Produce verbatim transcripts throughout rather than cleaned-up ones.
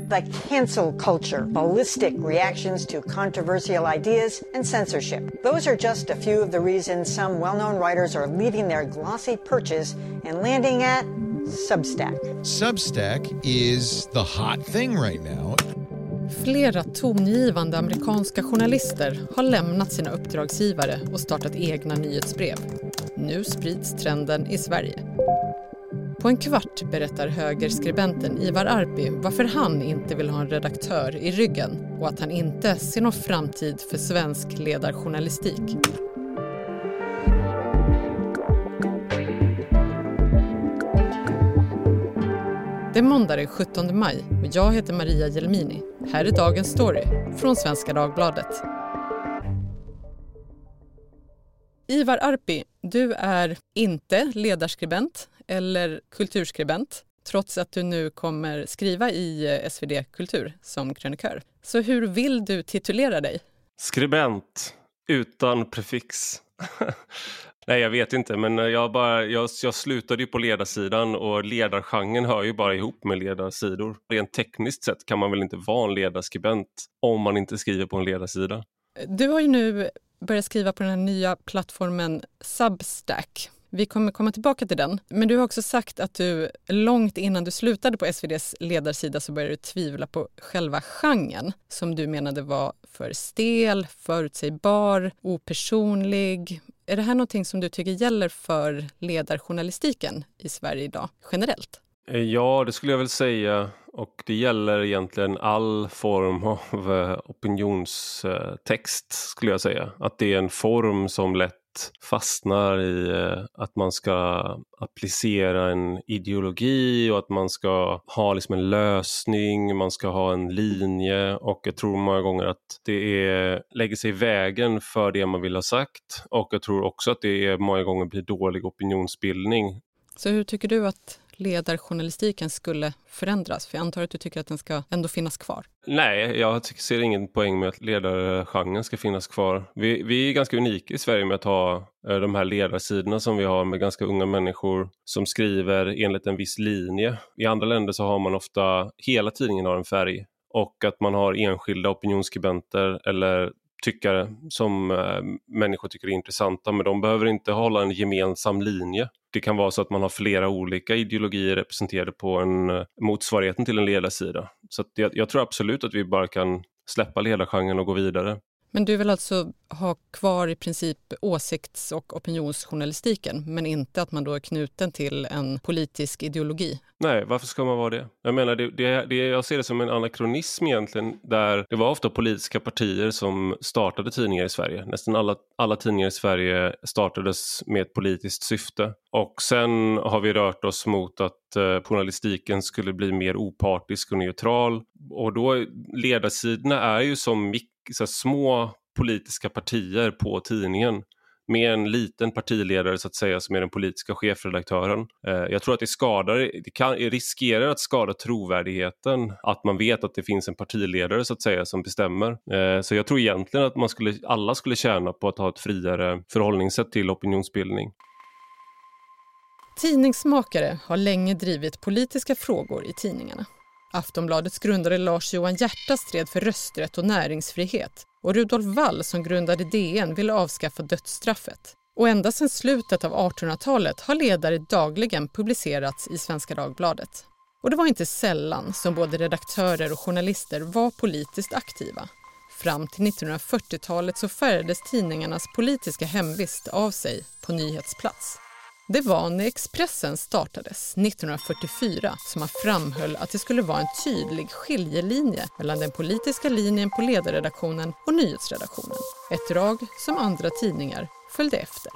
The cancel culture, ballistic reactions to controversial ideas, and censorship. Those are just a few of the reasons some well-known writers are leaving their glossy perches and landing at Substack. Substack is the hot thing right now. Flera tongivande amerikanska journalister har lämnat sina uppdragsgivare och startat egna nyhetsbrev. Nu sprids trenden i Sverige. På en kvart berättar högerskribenten Ivar Arpi varför han inte vill ha en redaktör i ryggen och att han inte ser någon framtid för svensk ledarjournalistik. Det är måndag den sjuttonde maj och jag heter Maria Jelmini. Här är dagens story från Svenska Dagbladet. Ivar Arpi, du är inte ledarskribent eller kulturskribent, trots att du nu kommer skriva i S V D Kultur som krönikör. Så hur vill du titulera dig? Skribent utan prefix. Nej, jag vet inte, men jag, bara, jag, jag slutade ju på ledarsidan och ledargenren hör ju bara ihop med ledarsidor. Rent tekniskt sett kan man väl inte vara en ledarskribent om man inte skriver på en ledarsida. Du har ju nu börjat skriva på den här nya plattformen Substack. Vi kommer komma tillbaka till den. Men du har också sagt att du långt innan du slutade på S V D:s ledarsida så började du tvivla på själva genren som du menade var för stel, förutsägbar, opersonlig. Är det här någonting som du tycker gäller för ledarjournalistiken i Sverige idag generellt? Ja, det skulle jag väl säga. Och det gäller egentligen all form av opinionstext skulle jag säga. Att det är en form som lätt fastnar i att man ska applicera en ideologi och att man ska ha liksom en lösning, man ska ha en linje, och jag tror många gånger att det är, lägger sig i vägen för det man vill ha sagt, och jag tror också att det är, många gånger blir dålig opinionsbildning. Så hur tycker du att ledarjournalistiken skulle förändras? För jag antar att du tycker att den ska ändå finnas kvar. Nej, jag tycker, ser ingen poäng med att ledargenren ska finnas kvar. Vi, vi är ganska unika i Sverige med att ha de här ledarsidorna som vi har med ganska unga människor som skriver enligt en viss linje. I andra länder så har man ofta, hela tidningen har en färg, och att man har enskilda opinionsskribenter eller tyckare som äh, människor tycker är intressanta, men de behöver inte hålla en gemensam linje. Det kan vara så att man har flera olika ideologier representerade på en äh, motsvarigheten till en ledarsida. Så att jag, jag tror absolut att vi bara kan släppa ledargenren och gå vidare. Men du vill alltså ha kvar i princip åsikts- och opinionsjournalistiken, men inte att man då är knuten till en politisk ideologi? Nej, varför ska man vara det? Jag menar, det, det, det, jag ser det som en anakronism egentligen, där det var ofta politiska partier som startade tidningar i Sverige. Nästan alla, alla tidningar i Sverige startades med ett politiskt syfte. Och sen har vi rört oss mot att eh, journalistiken skulle bli mer opartisk och neutral. Och då, ledarsidorna är ju som mik- så små politiska partier på tidningen, med en liten partiledare så att säga som är den politiska chefredaktören. Eh, jag tror att det skadar, det kan, det riskerar att skada trovärdigheten att man vet att det finns en partiledare så att säga som bestämmer. Eh, så jag tror egentligen att man skulle, alla skulle tjäna på att ha ett friare förhållningssätt till opinionsbildning. Tidningsmakare har länge drivit politiska frågor i tidningarna. Aftonbladets grundare Lars Johan Hierta stred för rösträtt och näringsfrihet, och Rudolf Wall som grundade D N ville avskaffa dödsstraffet. Och ända sedan slutet av artonhundratalet har ledare dagligen publicerats i Svenska Dagbladet. Och det var inte sällan som både redaktörer och journalister var politiskt aktiva. Fram till nittonhundrafyrtiotalet så färgades tidningarnas politiska hemvist av sig på nyhetsplats. Det var när Expressen startades nittonhundrafyrtiofyra som man framhöll att det skulle vara en tydlig skiljelinje mellan den politiska linjen på ledarredaktionen och nyhetsredaktionen. Ett drag som andra tidningar följde efter.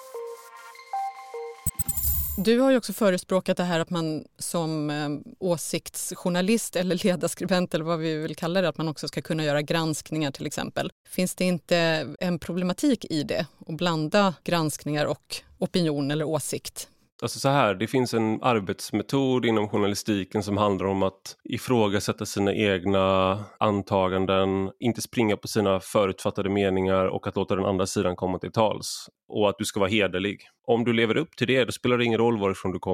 Du har ju också förespråkat det här att man som eh, åsiktsjournalist eller ledarskribent eller vad vi vill kalla det, att man också ska kunna göra granskningar till exempel. Finns det inte en problematik i det att blanda granskningar och opinion eller åsikt? Alltså så här, det finns en arbetsmetod inom journalistiken som handlar om att ifrågasätta sina egna antaganden, inte springa på sina förutfattade meningar och att låta den andra sidan komma till tals. Och att du ska vara hederlig. Om du lever upp till det, då spelar det ingen roll varifrån du kommer.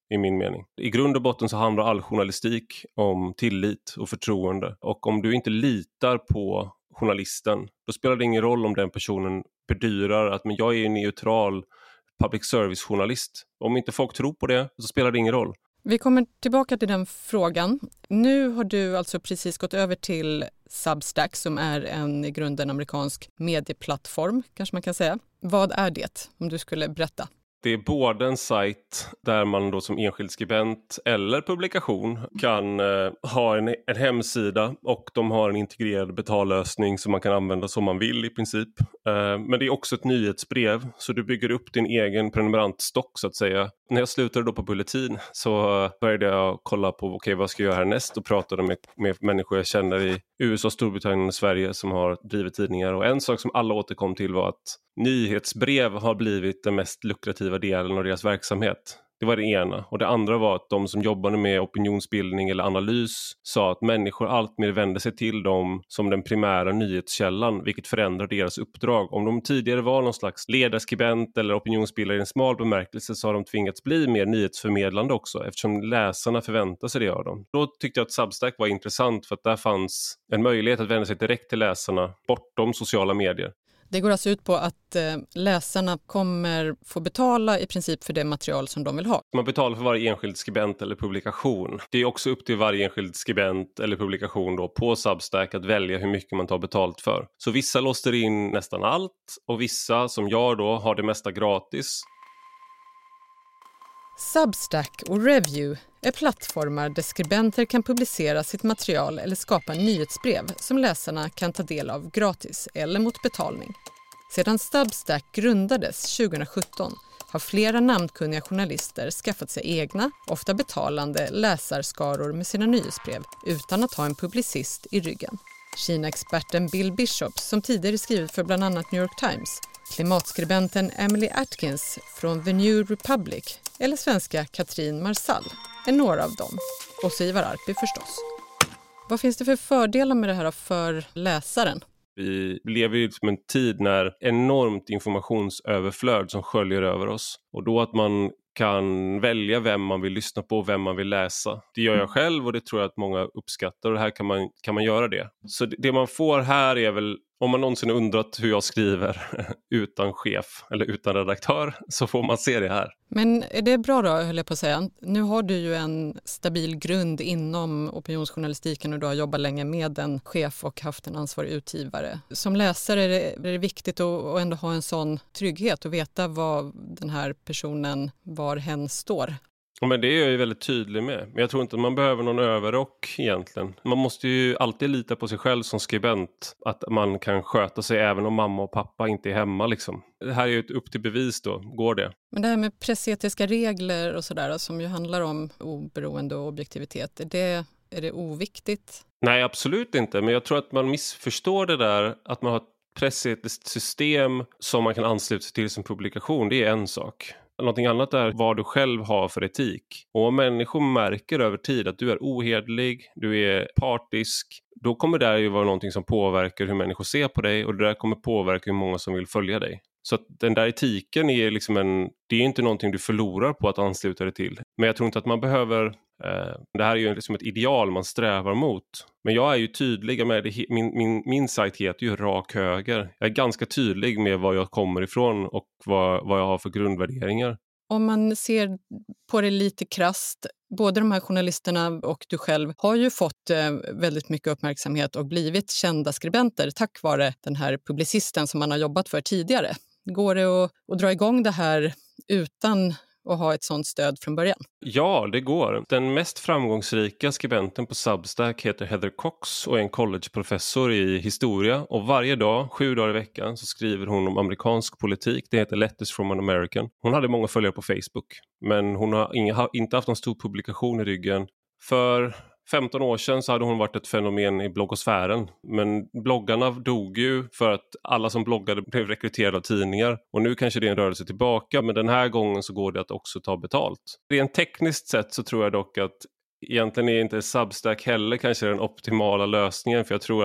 i min mening. I grund och botten så handlar all journalistik om tillit och förtroende. Och om du inte litar på journalisten, då spelar det ingen roll om den personen bedyrar att men jag är en neutral public service-journalist. Om inte folk tror på det så spelar det ingen roll. Vi kommer tillbaka till den frågan. Nu har du alltså precis gått över till Substack som är en i grunden amerikansk medieplattform, kanske man kan säga. Vad är det, om du skulle berätta? Det är både en sajt där man då som enskild skribent eller publikation kan eh, ha en, en hemsida och de har en integrerad betallösning som man kan använda som man vill i princip. Eh, men det är också ett nyhetsbrev så du bygger upp din egen prenumerantstock så att säga. När jag slutade då på Bulletin så började jag kolla på okej, okay, vad ska jag göra härnäst och pratade med, med människor jag känner i U S A, Storbritannien och Sverige som har drivit tidningar. Och en sak som alla återkom till var att nyhetsbrev har blivit den mest lukrativa delen av deras verksamhet. Det var det ena. Och det andra var att de som jobbade med opinionsbildning eller analys sa att människor alltmer vände sig till dem som den primära nyhetskällan, vilket förändrar deras uppdrag. Om de tidigare var någon slags ledarskribent eller opinionsbildare i en smal bemärkelse så har de tvingats bli mer nyhetsförmedlande också eftersom läsarna förväntar sig det av dem. Då tyckte jag att Substack var intressant för att där fanns en möjlighet att vända sig direkt till läsarna bortom sociala medier. Det går alltså ut på att eh, läsarna kommer få betala i princip för det material som de vill ha. Man betalar för varje enskild skribent eller publikation. Det är också upp till varje enskild skribent eller publikation då på Substack att välja hur mycket man tar betalt för. Så vissa låser in nästan allt och vissa som jag då har det mesta gratis. Substack och Review är plattformar där skribenter kan publicera sitt material eller skapa nyhetsbrev som läsarna kan ta del av gratis eller mot betalning. Sedan Substack grundades tjugohundrasjutton har flera namnkunniga journalister skaffat sig egna, ofta betalande läsarskaror med sina nyhetsbrev utan att ha en publicist i ryggen. Kina-experten Bill Bishop som tidigare skrivit för bland annat New York Times, klimatskribenten Emily Atkins från The New Republic eller svenska Katrin Marsall är några av dem. Och så Ivar Arpi förstås. Vad finns det för fördelar med det här för läsaren? Vi lever ju som en tid när enormt informationsöverflöd som sköljer över oss. Och då att man kan välja vem man vill lyssna på och vem man vill läsa. Det gör jag själv och det tror jag att många uppskattar och här kan man, kan man göra det. Så det man får här är väl, om man någonsin undrat hur jag skriver utan chef eller utan redaktör så får man se det här. Men är det bra då, höll jag på att säga. Nu har du ju en stabil grund inom opinionsjournalistiken och du har jobbat länge med en chef och haft en ansvarig utgivare. Som läsare är det, är det viktigt att, att ändå ha en sån trygghet och veta vad den här personen, var hen står. Men det är jag ju väldigt tydlig med. Men jag tror inte att man behöver någon överrock egentligen. Man måste ju alltid lita på sig själv som skribent. Att man kan sköta sig även om mamma och pappa inte är hemma liksom. Det här är ju ett upp till bevis då. Går det? Men det här med pressetiska regler och sådär som ju handlar om oberoende och objektivitet. Är det, är det oviktigt? Nej, absolut inte. Men jag tror att man missförstår det där. Att man har ett pressetiskt system som man kan ansluta sig till som publikation. Det är en sak. Någonting annat är vad du själv har för etik. Och om människor märker över tid att du är ohederlig, du är partisk, då kommer det ju vara någonting som påverkar hur människor ser på dig och det där kommer påverka hur många som vill följa dig. Så att den där etiken är liksom en, det är inte någonting du förlorar på att ansluta dig till. Men jag tror inte att man behöver, eh, det här är ju liksom ett ideal man strävar mot. Men jag är ju tydlig med det, min, min, min sajt heter ju Rak Höger. Jag är ganska tydlig med var jag kommer ifrån och vad, vad jag har för grundvärderingar. Om man ser på det lite krasst, både de här journalisterna och du själv har ju fått eh, väldigt mycket uppmärksamhet och blivit kända skribenter tack vare den här publicisten som man har jobbat för tidigare. Går det att, att dra igång det här utan att ha ett sånt stöd från början? Ja, det går. Den mest framgångsrika skribenten på Substack heter Heather Cox och är en collegeprofessor i historia. Och varje dag, sju dagar i veckan, så skriver hon om amerikansk politik. Det heter Letters from an American. Hon hade många följare på Facebook, men hon har inga, inte haft någon stor publikation i ryggen. För femton år sedan så hade hon varit ett fenomen i bloggosfären. Men bloggarna dog ju för att alla som bloggade blev rekryterade av tidningar. Och nu kanske det är en rörelse tillbaka. Men den här gången så går det att också ta betalt. Rent tekniskt sett så tror jag dock att egentligen är inte Substack heller kanske den optimala lösningen. För jag tror att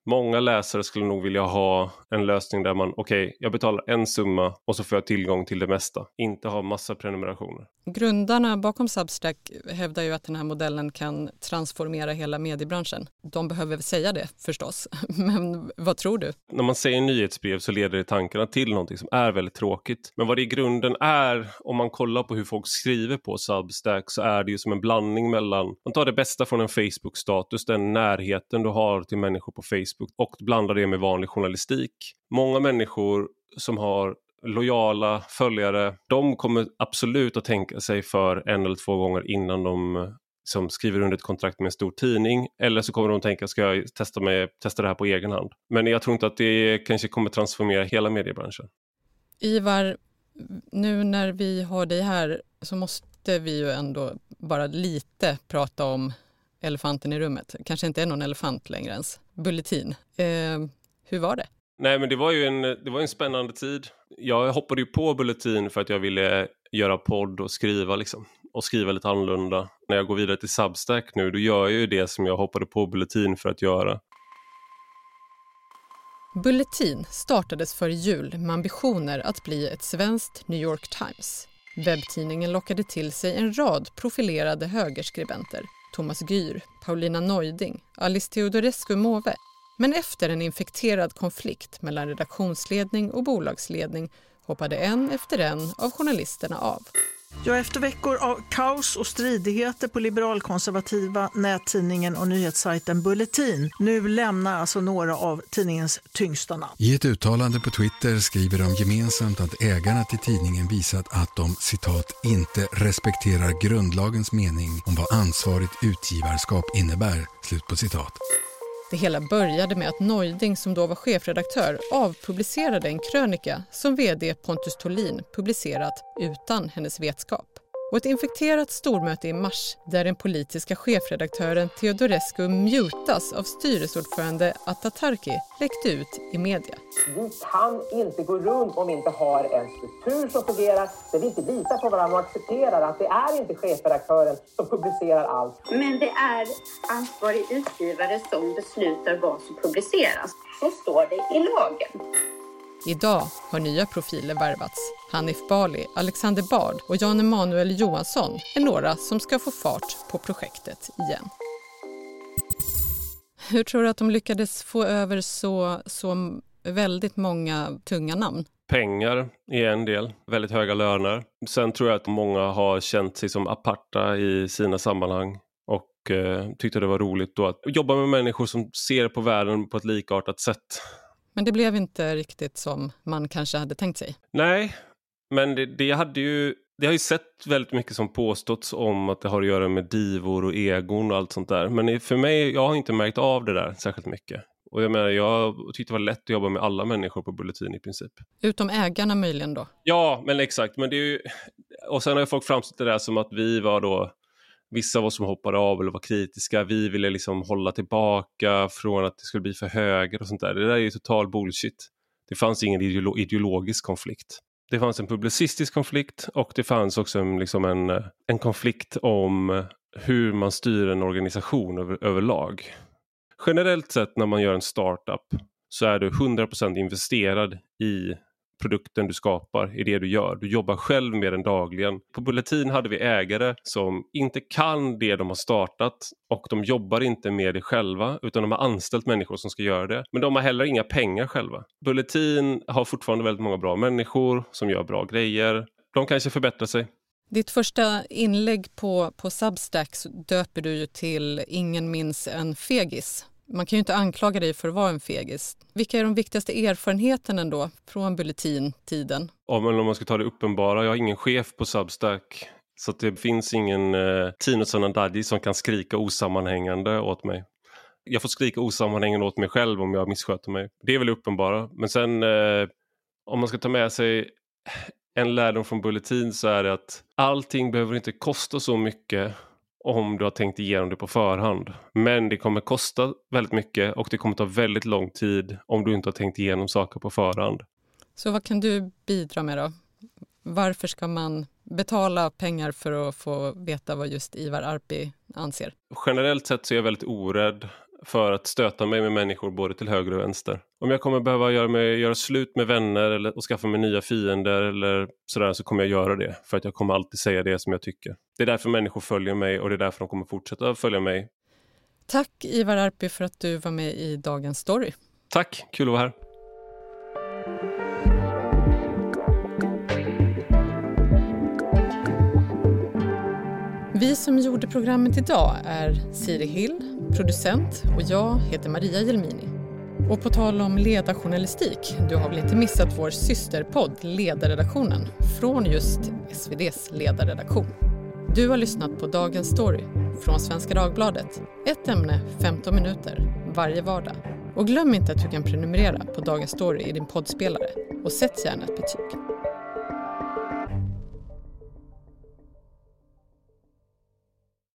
Många läsare skulle nog vilja ha en lösning där man, okej, okay, jag betalar en summa och så får jag tillgång till det mesta. Inte ha massa prenumerationer. Grundarna bakom Substack hävdar ju att den här modellen kan transformera hela mediebranschen. De behöver säga det förstås, men vad tror du? När man säger nyhetsbrev så leder det tankarna till någonting som är väldigt tråkigt. Men vad det i grunden är, om man kollar på hur folk skriver på Substack, så är det ju som en blandning mellan, man tar det bästa från en Facebook-status, den närheten du har till människor på Facebook, och blandar det med vanlig journalistik. Många människor som har lojala följare, de kommer absolut att tänka sig för en eller två gånger innan de som skriver under ett kontrakt med en stor tidning, eller så kommer de tänka, ska jag testa, med, testa det här på egen hand. Men jag tror inte att det kanske kommer transformera hela mediebranschen. Ivar, nu när vi har dig här så måste vi ju ändå bara lite prata om elefanten i rummet. Kanske inte är någon elefant längre ens. Bulletin. Eh, hur var det? Nej, men det var ju en, det var en spännande tid. Jag hoppade ju på Bulletin för att jag ville göra podd och skriva liksom. Och skriva lite annorlunda. När jag går vidare till Substack nu, då gör jag ju det som jag hoppade på Bulletin för att göra. Bulletin startades före jul med ambitioner att bli ett svenskt New York Times. Webbtidningen lockade till sig en rad profilerade högerskribenter. Thomas Gyr, Paulina Neuding, Alice Teodorescu Måwe. Men efter en infekterad konflikt mellan redaktionsledning och bolagsledning hoppade en efter en av journalisterna av. Ja, efter veckor av kaos och stridigheter på liberalkonservativa nättidningen och nyhetssajten Bulletin, nu lämnar alltså några av tidningens tyngsta namn. I ett uttalande på Twitter skriver de gemensamt att ägarna till tidningen visat att de, citat, inte respekterar grundlagens mening om vad ansvarigt utgivarskap innebär, slut på citat. Det hela började med att Neuding, som då var chefredaktör, avpublicerade en krönika som vd Pontus Tholin publicerat utan hennes vetskap. Och ett infekterat stormöte i mars där den politiska chefredaktören Teodorescu mutas av styrelseordförande Atatarki läckte ut i media. Vi kan inte gå runt om vi inte har en struktur som fungerar, där vi inte litar på varandra och accepterar att det är inte chefredaktören som publicerar allt. Men det är ansvarig utgivare som beslutar vad som publiceras. Så står det i lagen. Idag har nya profiler värvats. Hanif Bali, Alexander Bard och Jan Emanuel Johansson är några som ska få fart på projektet igen. Hur tror du att de lyckades få över så, så väldigt många tunga namn? Pengar är en del, väldigt höga löner. Sen tror jag att många har känt sig som aparta i sina sammanhang och eh, tyckte det var roligt då att jobba med människor som ser på världen på ett likartat sätt. Men det blev inte riktigt som man kanske hade tänkt sig. Nej, men det, det, hade ju, det har ju sett väldigt mycket som påståtts om att det har att göra med divor och egon och allt sånt där. Men för mig, jag har inte märkt av det där särskilt mycket. Och jag menar, jag tyckte det var lätt att jobba med alla människor på Bulletin i princip. Utom ägarna möjligen då? Ja, men exakt. Men det är ju, och sen har folk framställt det där som att vi var då, vissa av oss som hoppade av eller var kritiska, vi ville liksom hålla tillbaka från att det skulle bli för höger och sånt där. Det där är ju total bullshit. Det fanns ingen ideolo- ideologisk konflikt. Det fanns en publicistisk konflikt och det fanns också en, liksom en, en konflikt om hur man styr en organisation över, överlag. Generellt sett när man gör en startup så är du hundra procent investerad i produkten du skapar, i det du gör. Du jobbar själv med den dagligen. På Bulletin hade vi ägare som inte kan det de har startat och de jobbar inte med det själva utan de har anställt människor som ska göra det. Men de har heller inga pengar själva. Bulletin har fortfarande väldigt många bra människor som gör bra grejer. De kanske förbättrar sig. Ditt första inlägg på, på Substack döper du ju till Ingen minns en fegis. Man kan ju inte anklaga dig för att vara en fegis. Vilka är de viktigaste erfarenheterna då från Bulletin-tiden? Ja, men om man ska ta det uppenbara, jag har ingen chef på Substack. Så att det finns ingen eh, Tino Sanandaji som kan skrika osammanhängande åt mig. Jag får skrika osammanhängande åt mig själv om jag missköter mig. Det är väl uppenbara. Men sen eh, om man ska ta med sig en lärdom från Bulletin så är det att allting behöver inte kosta så mycket om du har tänkt igenom det på förhand. Men det kommer kosta väldigt mycket och det kommer ta väldigt lång tid om du inte har tänkt igenom saker på förhand. Så vad kan du bidra med då? Varför ska man betala pengar för att få veta vad just Ivar Arpi anser? Generellt sett så är jag väldigt orädd för att stöta mig med människor både till höger och vänster. Om jag kommer behöva göra, mig, göra slut med vänner eller, och skaffa mig nya fiender eller sådär, så kommer jag göra det. För att jag kommer alltid säga det som jag tycker. Det är därför människor följer mig och det är därför de kommer fortsätta följa mig. Tack Ivar Arpi för att du var med i Dagens Story. Tack, kul att vara här. Vi som gjorde programmet idag är Siri Hill, producent, och jag heter Maria Jelmini. Och på tal om ledarjournalistik, du har väl inte missat vår systerpodd Ledarredaktionen från just S V D:s ledarredaktion. Du har lyssnat på Dagens Story från Svenska Dagbladet. Ett ämne, femton minuter, varje vardag. Och glöm inte att du kan prenumerera på Dagens Story i din poddspelare och sätt gärna ett betyg.